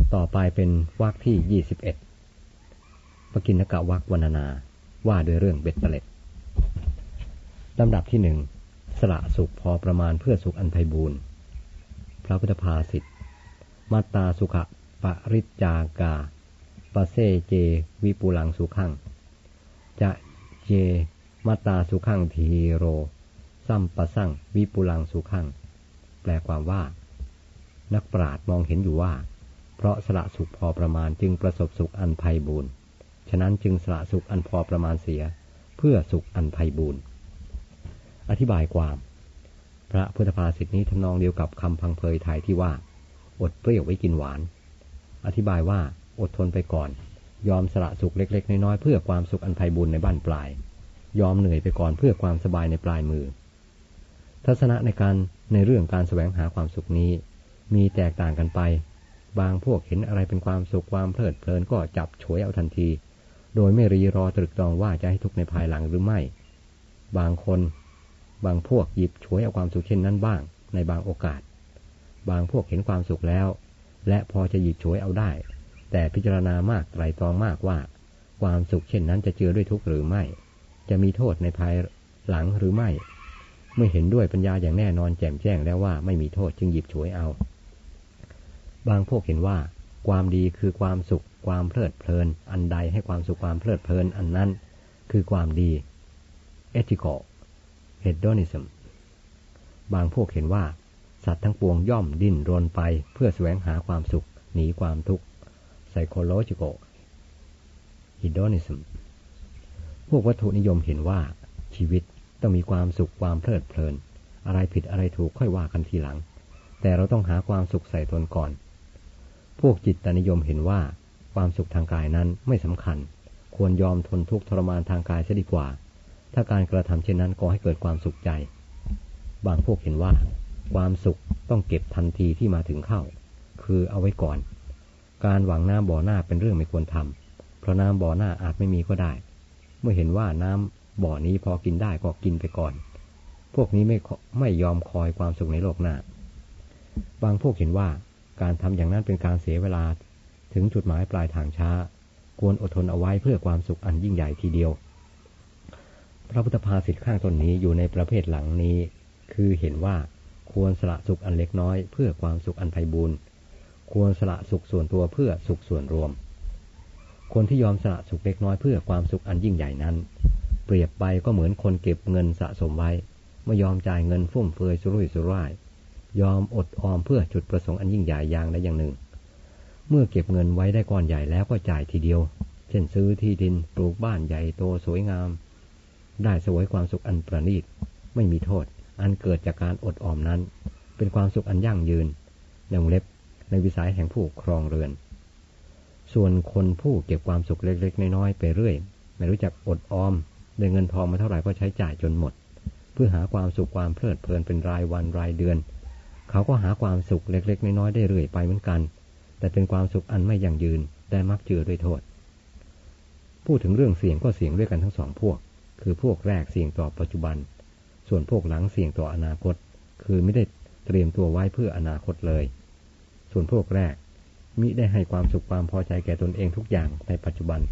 ต่อไปเป็นวรรคที่21ปกิณกวรรควรรณนาว่าด้วยเรื่องเบ็ดเตล็ดลำดับที่1สละสุขพอประมาณเพื่อสุขอันไพบูรณ์พระพุทธภาษิตมัตตาสุขะปริจจากาปเสเจวิปุลังสุขังจะเจมัตตาสุขังทีโรซัมปะสั่งวิปุลังสุขังแปลความว่านักปราชญ์มองเห็นอยู่ว่าเพราะสละสุขพอประมาณจึงประสบสุขอันไพบูรณ์ฉะนั้นจึงสละสุขอันพอประมาณเสียเพื่อสุขอันไพบูรณ์อธิบายความพระพุทธภาษิตนี้ทำนองเดียวกับคำพังเพยไทยที่ว่าอดเปรี้ยวไว้กินหวานอธิบายว่าอดทนไปก่อนยอมสละสุขเล็กๆน้อยๆเพื่อความสุขอันไพบูรณ์ในบั้นปลายยอมเหนื่อยไปก่อนเพื่อความสบายในปลายมือทัศนะในเรื่องการแสวงหาความสุขนี้มีแตกต่างกันไปบางพวกเห็นอะไรเป็นความสุขความเพลิดเพลินก็จับฉวยเอาทันทีโดยไม่รีรอตรึกตรองว่าจะให้ทุกข์ในภายหลังหรือไม่บางพวกหยิบฉวยเอาความสุขเช่นนั้นบ้างในบางโอกาสบางพวกเห็นความสุขแล้วและพอจะหยิบฉวยเอาได้แต่พิจารณามากไตร่ตรองมากว่าความสุขเช่นนั้นจะเจือด้วยทุกข์หรือไม่จะมีโทษในภายหลังหรือไม่เมื่อเห็นด้วยปัญญาอย่างแน่นอนแจ่มแจ้งแล้วว่าไม่มีโทษจึงหยิบฉวยเอาบางพวกเห็นว่าความดีคือความสุขความเพลิดเพลินอันใดให้ความสุขความเพลิดเพลินอันนั้นคือความดี ethical hedonism บางพวกเห็นว่าสัตว์ทั้งปวงย่อมดิ้นรนไปเพื่อแสวงหาความสุขหนีความทุกข์ psychological hedonism พวกวัตถุนิยมเห็นว่าชีวิตต้องมีความสุขความเพลิดเพลินอะไรผิดอะไรถูกค่อยว่ากันทีหลังแต่เราต้องหาความสุขใส่ตนก่อนพวกจิตตนิยมเห็นว่าความสุขทางกายนั้นไม่สำคัญควรยอมทนทุกข์ทรมานทางกายเสียดีกว่าถ้าการกระทำเช่นนั้นก่อให้เกิดความสุขใจบางพวกเห็นว่าความสุขต้องเก็บทันทีที่มาถึงเข้าคือเอาไว้ก่อนการหวังน้ำบ่อหน้าเป็นเรื่องไม่ควรทำเพราะน้ำบ่อหน้าอาจไม่มีก็ได้เมื่อเห็นว่าน้ำบ่อนี้พอกินได้ก็กินไปก่อนพวกนี้ไม่ยอมคอยความสุขในโลกหน้าบางพวกเห็นว่าการทำอย่างนั้นเป็นการเสียเวลาถึงจุดหมายปลายทางช้าควรอดทนเอาไว้เพื่อความสุขอันยิ่งใหญ่ทีเดียวพระพุทธภาษิตข้างต้นนี้อยู่ในประเภทหลังนี้คือเห็นว่าควรสละสุขอันเล็กน้อยเพื่อความสุขอันไพบูรณ์ควรสละสุขส่วนตัวเพื่อสุขส่วนรวมคนที่ยอมสละสุขเล็กน้อยเพื่อความสุขอันยิ่งใหญ่นั้นเปรียบไปก็เหมือนคนเก็บเงินสะสมไว้ไม่ยอมจ่ายเงินฟุ่มเฟือยสุรุ่ยสุร่ายยอมอดออมเพื่อจุดประสงค์อันยิ่งใหญ่อย่างใดอย่างหนึ่งเมื่อเก็บเงินไว้ได้ก้อนใหญ่แล้วก็จ่ายทีเดียวเช่นซื้อที่ดินปลูกบ้านใหญ่โตสวยงามได้เสวยความสุขอันประณีตไม่มีโทษอันเกิดจากการอดออมนั้นเป็นความสุขอันยั่งยืนในวงเล็บในวิสัยแห่งผู้ครองเรือนส่วนคนผู้เก็บความสุขเล็กๆน้อยๆไปเรื่อยไม่รู้จักอดออมได้เงินทองมาเท่าไหร่ก็ใช้จ่ายจนหมดเพื่อหาความสุขความเพลิดเพลินเป็นรายวันรายเดือนเขาก็หาความสุขเล็กๆน้อยๆได้เรื่อยไปเหมือนกันแต่เป็นความสุขอันไม่ยั่งยืนได้มักเจือด้วยโทษพูดถึงเรื่องเสี่ยงก็เสี่ยงด้วยกันทั้งสองพวกคือพวกแรกเสี่ยงต่อปัจจุบันส่วนพวกหลังเสี่ยงต่ออนาคตคือไม่ได้เตรียมตัวไว้เพื่ออนาคตเลยส่วนพวกแรกมิได้ให้ความสุขความพอใจแก่ตนเองทุกอย่างในปัจจุบัน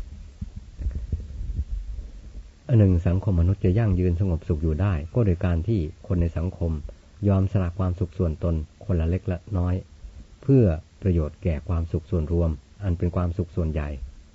อันหนึ่งสังคมมนุษย์จะยั่งยืนสงบสุขอยู่ได้ก็โดยการที่คนในสังคมยอมสละความสุขส่วนตนคนละเล็กละน้อยเพื่อประโยชน์แก่ความสุขส่วนรวมอันเป็นความสุขส่วนใหญ่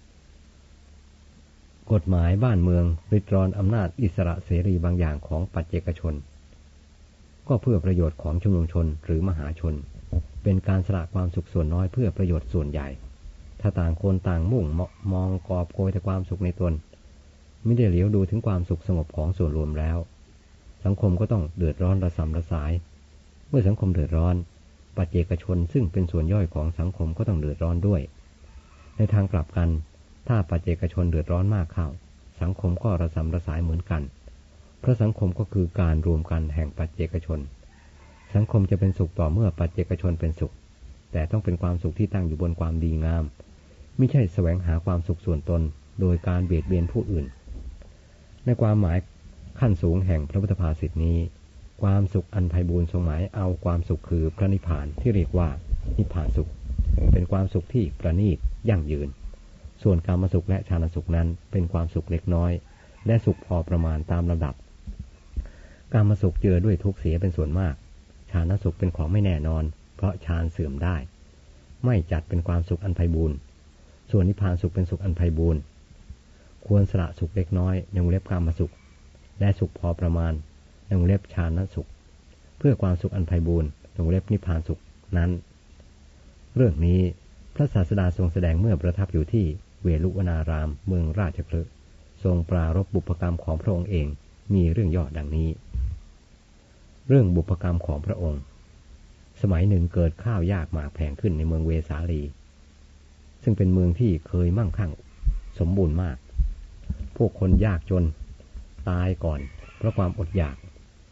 กฎหมายบ้านเมืองริดรอนอำนาจอิสระเสรีบางอย่างของปัจเจกชนก็เพื่อประโยชน์ของชุมนุมชนหรือมหาชนเป็นการสละความสุขส่วนน้อยเพื่อประโยชน์ส่วนใหญ่ถ้าต่างคนต่างมุ่งมองกอบโกยแต่ความสุขในตนไม่ได้เหลียวดูถึงความสุขสงบของส่วนรวมแล้วสังคมก็ต้องเดือดร้อนระสำระสายเมื่อสังคมเดือดร้อนปัจเจกชนซึ่งเป็นส่วนย่อยของสังคมก็ต้องเดือดร้อนด้วยในทางกลับกันถ้าปัจเจกชนเดือดร้อนมากเข้าสังคมก็ระสำระสายเหมือนกันเพราะสังคมก็คือการรวมกันแห่งปัจเจกชนสังคมจะเป็นสุขต่อเมื่อปัจเจกชนเป็นสุขแต่ต้องเป็นความสุขที่ตั้งอยู่บนความดีงามไม่ใช่แสวงหาความสุขส่วนตนโดยการเบียดเบียนผู้อื่นในความหมายขั้นสูงแห่งพระพุทธภาษิตนี้ความสุขอันไพบูรย์ทรงหมายเอาความสุขคือพระนิพพานที่เรียกว่านิพพานสุขเป็นความสุขที่ประณีตยั่งยืนส่วนกามสุขและฌานสุขนั้นเป็นความสุขเล็กน้อยและสุขพอประมาณตามระดับกามสุขเจือด้วยทุกข์เสียเป็นส่วนมากฌานสุขเป็นของไม่แน่นอนเพราะฌานเสื่อมได้ไม่จัดเป็นความสุขอันไพบูลย์ส่วนนิพพานสุขเป็นสุขอันไพบูลย์ควรสละสุขเล็กน้อยในวงเล็บกามสุขและสุขพอประมาณในวงเล็บฌานสุขเพื่อความสุขอันไพบูลย์ในวงเล็บนิพพานสุขนั้นเรื่องนี้พระศาสดาทรงแสดงเมื่อประทับอยู่ที่เวลุวนารามเมืองราชคฤห์ทรงปรารภบุพกรรมของพระองค์เองมีเรื่องย่อดังนี้เรื่องบุพกรรมของพระองค์สมัยหนึ่งเกิดข้าวยากหมากแพงขึ้นในเมืองเวสาลีซึ่งเป็นเมืองที่เคยมั่งคั่งสมบูรณ์มากพวกคนยากจนตายก่อนเพราะความอดอยาก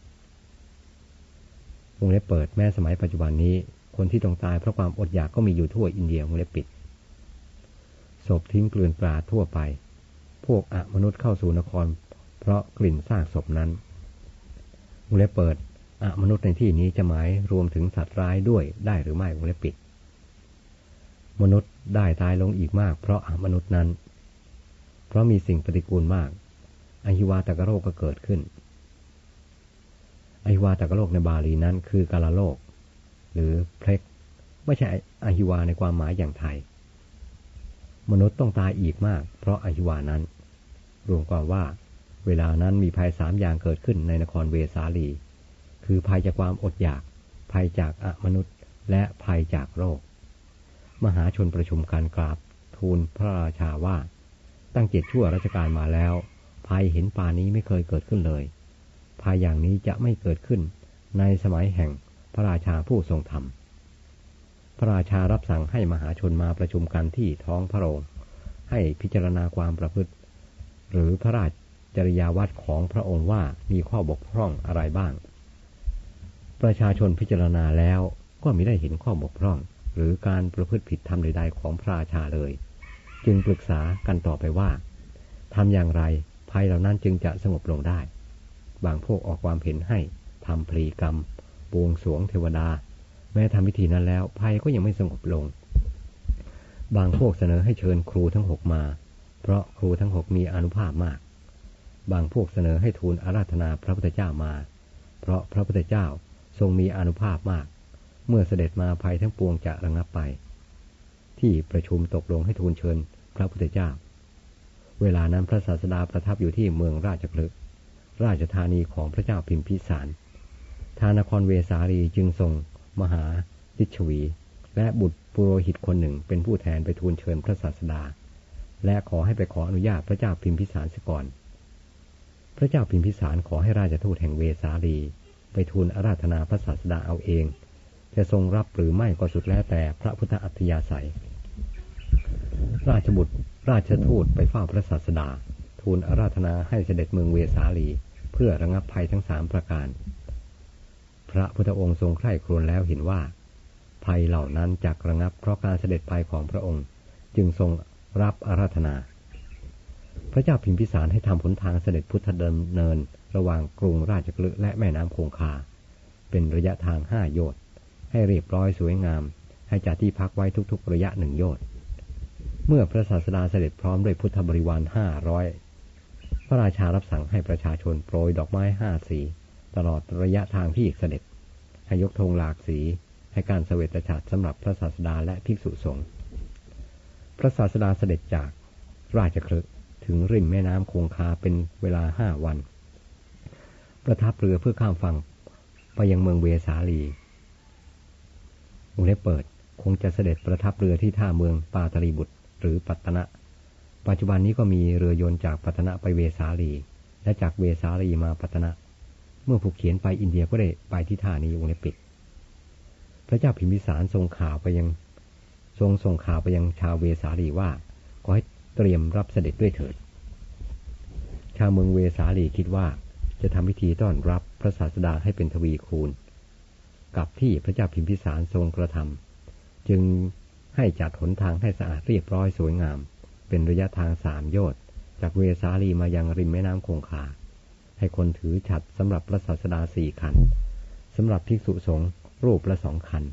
วงเล็บเปิดแม้สมัยปัจจุบันนี้คนที่ต้องตายเพราะความอดอยากก็มีอยู่ทั่วอินเดียวงเล็บปิดศพทิ้งเกลื่อนกลาดทั่วไปพวกอมนุษย์เข้าสู่นครเพราะกลิ่นซากศพนั้นวงเล็บเปิดอมนุษย์ในที่นี้จะหมายรวมถึงสัตว์ร้ายด้วยได้หรือไม่วงเล็บปิดมนุษย์ได้ตายลงอีกมากเพราะอมนุษย์นั้นเพราะมีสิ่งปฏิกูลมากอหิวาตกโรคก็เกิดขึ้นอหิวาตกโรคในบาลีนั้นคือกาลโรคหรือเพล็กไม่ใช่อหิวาในความหมายอย่างไทยมนุษย์ต้องตายอีกมากเพราะอหิวานั้นรวมความว่าเวลานั้นมีภัย3อย่างเกิดขึ้นในนครเวสาลีคือภัยจากความอดอยากภัยจากอมนุษย์และภัยจากโรคมหาชนประชุมการกราบทูลพระราชาว่าตั้ง7 ชั่วรัชกาลมาแล้วภัยเห็นป่านี้ไม่เคยเกิดขึ้นเลยภัยอย่างนี้จะไม่เกิดขึ้นในสมัยแห่งพระราชาผู้ทรงธรรมพระราชารับสั่งให้มหาชนมาประชุมกันที่ท้องพระโรงให้พิจารณาความประพฤติหรือพระราชจริยาวัดของพระองค์ว่ามีข้อบกพร่องอะไรบ้างประชาชนพิจารณาแล้วก็มิได้เห็นข้อบกพร่องหรือการประพฤติผิดธรรมใดๆของพระราชาเลยจึงปรึกษากันต่อไปว่าทำอย่างไรภัยเหล่านั้นจึงจะสงบลงได้บางพวกออกความเห็นให้ทำพลีกรรมบวงสรวงเทวดาแม้ทำพิธีนั้นแล้วภัยก็ยังไม่สงบลงบางพวกเสนอให้เชิญครูทั้ง6มาเพราะครูทั้ง6มีอานุภาพมากบางพวกเสนอให้ทูลอาราธนาพระพุทธเจ้ามาเพราะพระพุทธเจ้าทรงมีอานุภาพมากเมื่อเสด็จมาภัยทั้งปวงจะระงับไปที่ประชุมตกลงให้ทูลเชิญพระพุทธเจ้าเวลานั้นพระศาสดาประทับอยู่ที่เมืองราชคฤห์ราชธานีของพระเจ้าพิมพิสารทานครเวสาลีจึงส่งมหาฤชวีและบุตรปุโรหิตคนหนึ่งเป็นผู้แทนไปทูลเชิญพระศาสดาและขอให้ไปขออนุญาตพระเจ้าพิมพิสารเสียก่อนพระเจ้าพิมพิสารขอให้ราชทูตแห่งเวสาลีไปทูลอาราธนาพระศาสดาเอาเองจะทรงรับหรือไม่ก็สุดแล้วแต่พระพุทธอัธยาศัยราชบุตรราชทูตไปเฝ้าพระศาสดาทูลอาราธนาให้เสด็จเมืองเวสาลีเพื่อระงับภัยทั้ง3ประการพระพุทธองค์ทรงใคร่ครวญแล้วเห็นว่าภัยเหล่านั้นจักระงับเพราะการเสด็จไปของพระองค์จึงทรงรับอาราธนาพระเจ้าพิมพิสารให้ทำหนทางเสด็จพุทธดำเนินระหว่างกรุงราชคฤห์และแม่น้ำคงคาเป็นระยะทาง5 โยชน์ให้เรียบร้อยสวยงามให้จัดที่พักไว้ทุกๆระยะ1 โยชน์เมื่อพระศาสดาเสด็จพร้อมด้วยพุทธบริวาร500พระราชารับสั่งให้ประชาชนโปรยดอกไม้5 สีตลอดระยะทางที่เสด็จให้ยกธงหลากสีให้การเสวตฉัตรสำหรับพระศาสดาและภิกษุสงฆ์พระศาสดาเสด็จจากราชคฤห์ถึงริมแม่น้ำคงคาเป็นเวลา5 วันประทับเรือเพื่อข้ามฝั่งไปยังเมืองเวสาลีวงเล็บเปิดคงจะเสด็จประทับเรือที่ท่าเมืองปาตลีบุตรหรือปัตตนะปัจจุบันนี้ก็มีเรือยนต์จากปัตตนะไปเวสาลีและจากเวสาลีมาปัตตนะเมื่อผู้เขียนไปอินเดียก็ได้ไปที่ท่านี้วงเล็บปิดพระเจ้าพิมพิสารส่งข่าวไปยังชาวเวสาลีว่าขอให้เตรียมรับเสด็จด้วยเถิดชาวเมืองเวสาลีคิดว่าจะทำพิธีต้อนรับพระศาสดาให้เป็นทวีคูณกับที่พระเจ้าพิมพิสารทรงกระทำจึงให้จัดหนทางให้สะอาดเรียบร้อยสวยงามเป็นระยะทาง3 โยชน์จากเวสาลีมายังริมแม่น้ำคงคาให้คนถือฉัตรสำหรับพระศาสดา4 คันสำหรับภิกษุสงฆ์รูปละ2 คัน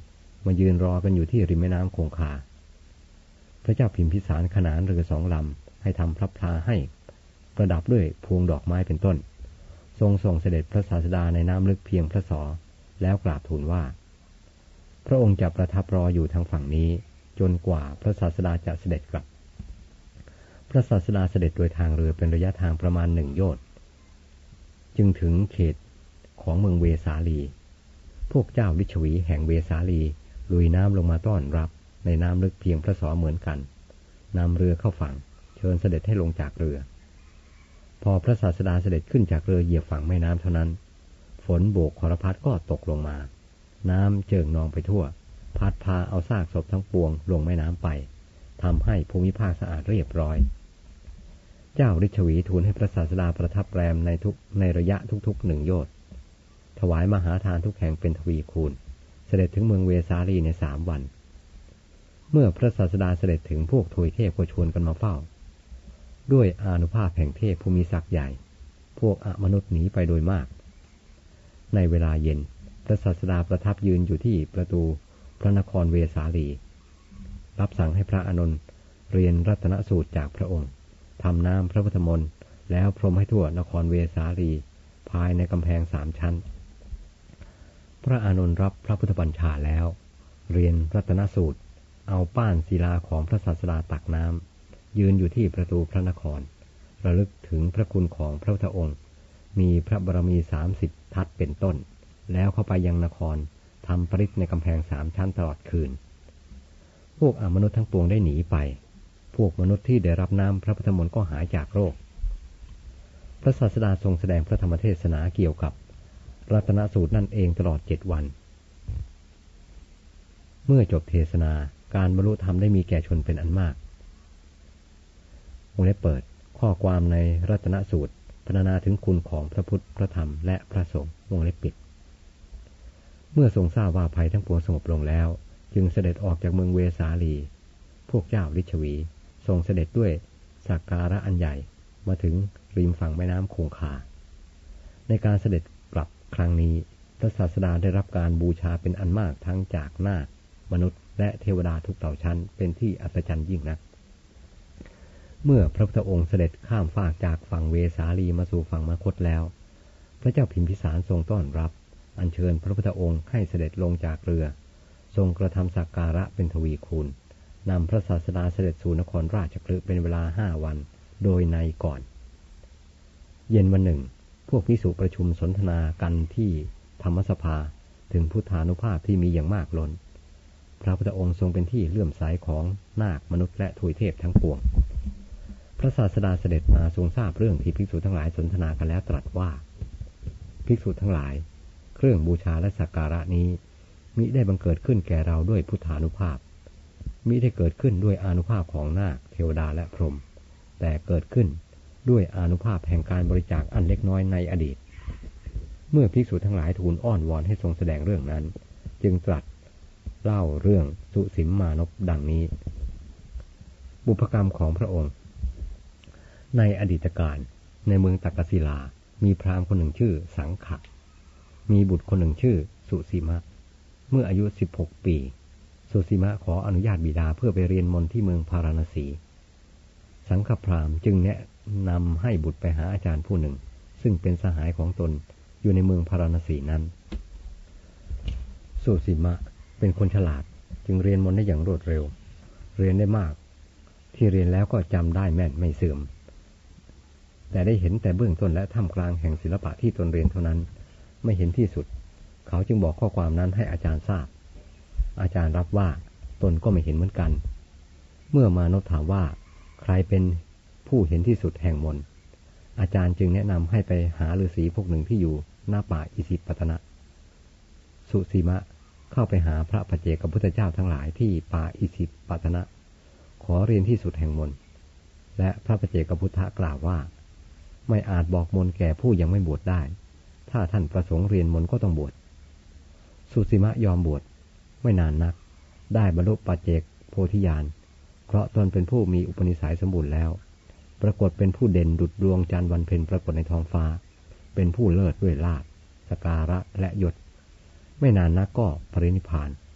มายืนรอกันอยู่ที่ริมแม่น้ำคงคาพระเจ้าพิมพิสารขนานเรือ2 ลำให้ทำพระพลาให้ประดับด้วยพวงดอกไม้เป็นต้นทรงส่งเสด็จพระศาสดาในน้ำลึกเพียงพระศอกแล้วกราบทูลว่าพระองค์จะประทับรออยู่ทางฝั่งนี้จนกว่าพระศาสดาจะเสด็จกลับพระศาสดาเสด็จโดยทางเรือเป็นระยะทางประมาณ1 โยชน์จึงถึงเขตของเมืองเวสาลีพวกเจ้าลิชวีแห่งเวสาลีลุยน้ำลงมาต้อนรับในน้ำลึกเพียงพระศอกเหมือนกันนำเรือเข้าฝั่งเชิญเสด็จให้ลงจากเรือพอพระศาสดาเสด็จขึ้นจากเรือเหยียบฝั่งแม่น้ำเท่านั้นฝนโบกครพัดก็ตกลงมาน้ำเจิ่งนองไปทั่วพัดพาเอาซากศพทั้งปวงลงแม่น้ำไปทำให้ภูมิภาคสะอาดเรียบร้อยเจ้าฤชวีทูลให้พระศาสดาประทับแรมในระยะทุกๆ1 โยชน์ถวายมหาทานทุกแห่งเป็นทวีคูณเสด็จถึงเมืองเวสาลีใน3 วันเมื่อพระศาสดาเสด็จถึงพวกทวยเทพก็ชวนกันมาเฝ้าด้วยอานุภาพแห่งเทพผู้มีศักย์ใหญ่พวกอมนุษย์หนีไปโดยมากในเวลาเย็นพระศาสดาประทับยืนอยู่ที่ประตูพระนครเวสาลีรับสั่งให้พระอานนท์เรียนรัตนสูตรจากพระองค์ทำน้ำพระพุทธมนต์แล้วพรมให้ทั่วนครเวสาลีภายในกำแพง3 ชั้นพระอานนท์รับพระพุทธบัญชาแล้วเรียนรัตนสูตรเอาป้านศิลาของพระศาสดาตักน้ำยืนอยู่ที่ประตูพระนครระลึกถึงพระคุณของพระพุทธองค์มีพระบารมี30 ทัศเป็นต้นแล้วเข้าไปยังนครทำปริศในกำแพง3 ชั้นตลอดคืนพวกอมนุษย์ทั้งปวงได้หนีไปพวกมนุษย์ที่ได้รับน้ำพระพุทธมนต์ก็หายจากโรคพระศาสดาทรงแสดงพระธรรมเทศนาเกี่ยวกับรัตนสูตรนั่นเองตลอด7 วันเมื่อจบเทศนาการบรรลุธรรมได้มีแก่ชนเป็นอันมากวงเล็บเปิดข้อความในรัตนสูตรพรรณนาถึงคุณของพระพุทธพระธรรมและพระสงฆ์วงเล็บปิดเมื่อทรงทราบว่าภัยทั้งปวงสงบลงแล้วจึงเสด็จออกจากเมืองเวสาลีพวกเจ้าฤชวีทรงเสด็จด้วยสักการะอันใหญ่มาถึงริมฝั่งแม่น้ำคงคาในการเสด็จกลับครั้งนี้พระศาสดาได้รับการบูชาเป็นอันมากทั้งจากนาคมนุษย์และเทวดาทุกเหล่าชั้นเป็นที่อัศจรรย์ยิ่งนักเมื่อพระพุทธองค์เสด็จข้ามฟากจากฝั่งเวสาลีมาสู่ฝั่งมคธแล้วพระเจ้าพิมพิสารทรงต้อนรับอัญเชิญพระพุทธองค์ให้เสด็จลงจากเรือทรงกระทำสักการะเป็นทวีคูณนำพระศาสดาเสด็จสู่นครราชคฤห์เป็นเวลา5 วันโดยในก่อนเย็นวันหนึ่งพวกภิกษุประชุมสนทนากันที่ธรรมสภาถึงพุทธานุภาพที่มีอย่างมากล้นพระพุทธองค์ทรงเป็นที่เลื่อมใสของนาคมนุษย์และทวยเทพทั้งปวงพระศาสดาเสด็จมาทรงทราบเรื่องที่ภิกษุทั้งหลายสนทนากันแล้วตรัสว่าภิกษุทั้งหลายเครื่องบูชาและสักการะนี้มิได้บังเกิดขึ้นแก่เราด้วยพุทธานุภาพมิได้เกิดขึ้นด้วยอานุภาพของนาคเทวดาและพรหมแต่เกิดขึ้นด้วยอานุภาพแห่งการบริจาคอันเล็กน้อยในอดีตเมื่อภิกษุทั้งหลายทูลอ้อนวอนให้ทรงแสดงเรื่องนั้นจึงตรัสเล่าเรื่องสุสิมมานพดังนี้บุพกรรมของพระองค์ในอดีตการในเมืองตักกศิลามีพราหมณ์คนหนึ่งชื่อสังขะมีบุตรคนหนึ่งชื่อสุสีมะเมื่ออายุ16 ปีสุสีมะขออนุญาตบิดาเพื่อไปเรียนมนต์ที่เมืองพาราณสีสังฆพราหมณ์จึงแนะนำให้บุตรไปหาอาจารย์ผู้หนึ่งซึ่งเป็นสหายของตนอยู่ในเมืองพาราณสีนั้นสุสีมะเป็นคนฉลาดจึงเรียนมนต์ได้อย่างรวดเร็วเรียนได้มากที่เรียนแล้วก็จำได้แม่นไม่เสื่อมแต่ได้เห็นแต่เบื้องต้นและท่ามกลางแห่งศิลปะที่ตนเรียนเท่านั้นไม่เห็นที่สุดเขาจึงบอกข้อความนั้นให้อาจารย์ทราบอาจารย์รับว่าตนก็ไม่เห็นเหมือนกันเมื่อมานพถามว่าใครเป็นผู้เห็นที่สุดแห่งมนต์อาจารย์จึงแนะนำให้ไปหาฤาษีพวกหนึ่งที่อยู่หน้าป่าอิสิปตนะสุสีมะเข้าไปหาพระปัจเจกพุทธเจ้าทั้งหลายที่ป่าอิสิปตนะขอเรียนที่สุดแห่งมนต์และพระปัจเจกพุทธกล่าวว่าไม่อาจบอกมนต์แก่ผู้ยังไม่บวชได้ถ้าท่านประสงค์เรียนมนต์ก็ต้องบวชสุสีมะยอมบวชไม่นานนักได้บรรลุปัจเจกโพธิญาณเพราะตนเป็นผู้มีอุปนิสัยสมบูรณ์แล้วปรากฏเป็นผู้เด่นดุจดวงจันทร์วันเพ็ญปรากฏในท้องฟ้าเป็นผู้เลิศด้วยลาภสักการะและยศไม่นานนักก็ปรินิพพาน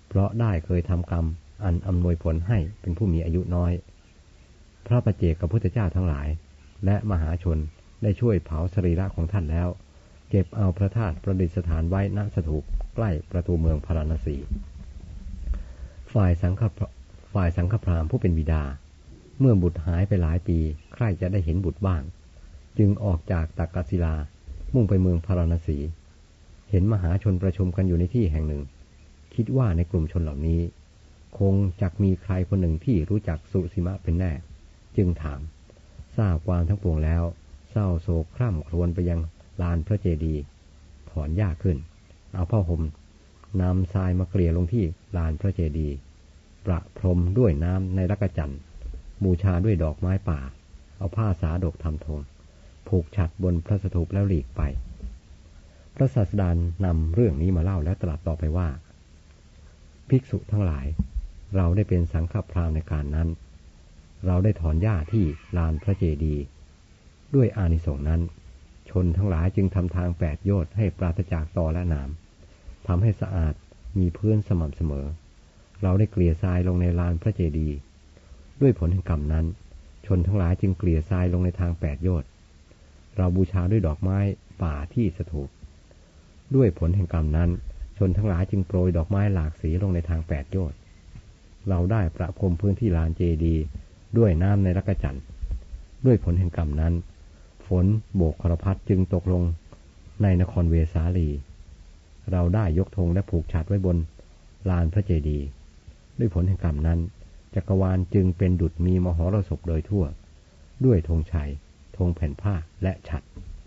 เพราะได้เคยทำกรรมอันอำนวยผลให้เป็นผู้มีอายุน้อยพระปัจเจกพุทธเจ้าทั้งหลายและมหาชนได้ช่วยเผาสรีระของท่านแล้วเก็บเอาพระธาตุประดิษฐานไว้ณสถูปใกล้ประตูเมืองพาราณสีฝ่ายสังฆพราหมณ์ผู้เป็นบิดาเมื่อบุตรหายไปหลายปีใครจะได้เห็นบุตรบ้างจึงออกจากตักกศิลามุ่งไปเมืองพาราณสีเห็นมหาชนประชุมกันอยู่ในที่แห่งหนึ่งคิดว่าในกลุ่มชนเหล่านี้คงจักมีใครคนหนึ่งที่รู้จักสุสีมะเป็นแน่จึงถามทราบความทั้งปวงแล้วเศร้าโศกคร่ำครวญไปยังลานพระเจดีย์ถอนหญ้าขึ้นเอาผ้าห่มนำทรายมาเกลี่ยลงที่ลานพระเจดีย์ประพรมด้วยน้ำในลักจั่นบูชาด้วยดอกไม้ป่าเอาผ้าสาดกทำธงผูกฉัตรบนพระสถูปแล้วหลีกไปพระศาสดานำเรื่องนี้มาเล่าและตรัสต่อไปว่าภิกษุทั้งหลายเราได้เป็นสังฆพราหมณ์ในการนั้นเราได้ถอนหญ้าที่ลานพระเจดีย์ด้วยอานิสงส์นั้นชนทั้งหลายจึงทำทาง8 โยชน์ให้ปราศจากตอและหนามทำให้สะอาดมีพื้นสม่ำเสมอเราได้เกลี่ยทรายลงในลานพระเจดีย์ด้วยผลแห่งกรรมนั้นชนทั้งหลายจึงเกลี่ยทรายลงในทาง8 โยชน์เราบูชาด้วยดอกไม้ป่าที่สถูปด้วยผลแห่งกรรมนั้นชนทั้งหลายจึงโปรยดอกไม้หลากสีลงในทาง8 โยชน์เราได้ประพรมพื้นที่ลานเจดีย์ด้วยน้ำในลักจั่นด้วยผลแห่งกรรมนั้นฝนโบกครพัดจึงตกลงในนครเวสาลีเราได้ยกธงและผูกฉัตรไว้บนลานพระเจดีย์ด้วยผลแห่งกรรมนั้นจักรวาลจึงเป็นดุจมีมหรสพโดยทั่วด้วยธงชัยธงแผ่นผ้าและฉัตร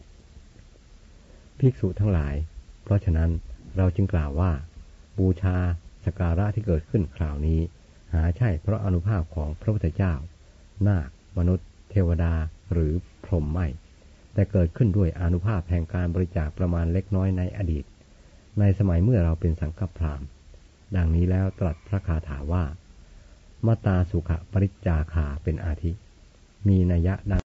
ภิกษุทั้งหลายเพราะฉะนั้นเราจึงกล่าวว่าบูชาสักการะที่เกิดขึ้นคราวนี้หาใช่เพราะอานุภาพของพระพุทธเจ้านาคมนุษย์เทวดาหรือพรหมไม่แต่เกิดขึ้นด้วยอานุภาพแห่งการบริจาคประมาณเล็กน้อยในอดีตในสมัยเมื่อเราเป็นสังฆพราหมณ์ดังนี้แล้วตรัสพระคาถาว่ามตตาสุขปริจจาคาเป็นอาทิมีนัยยะดัง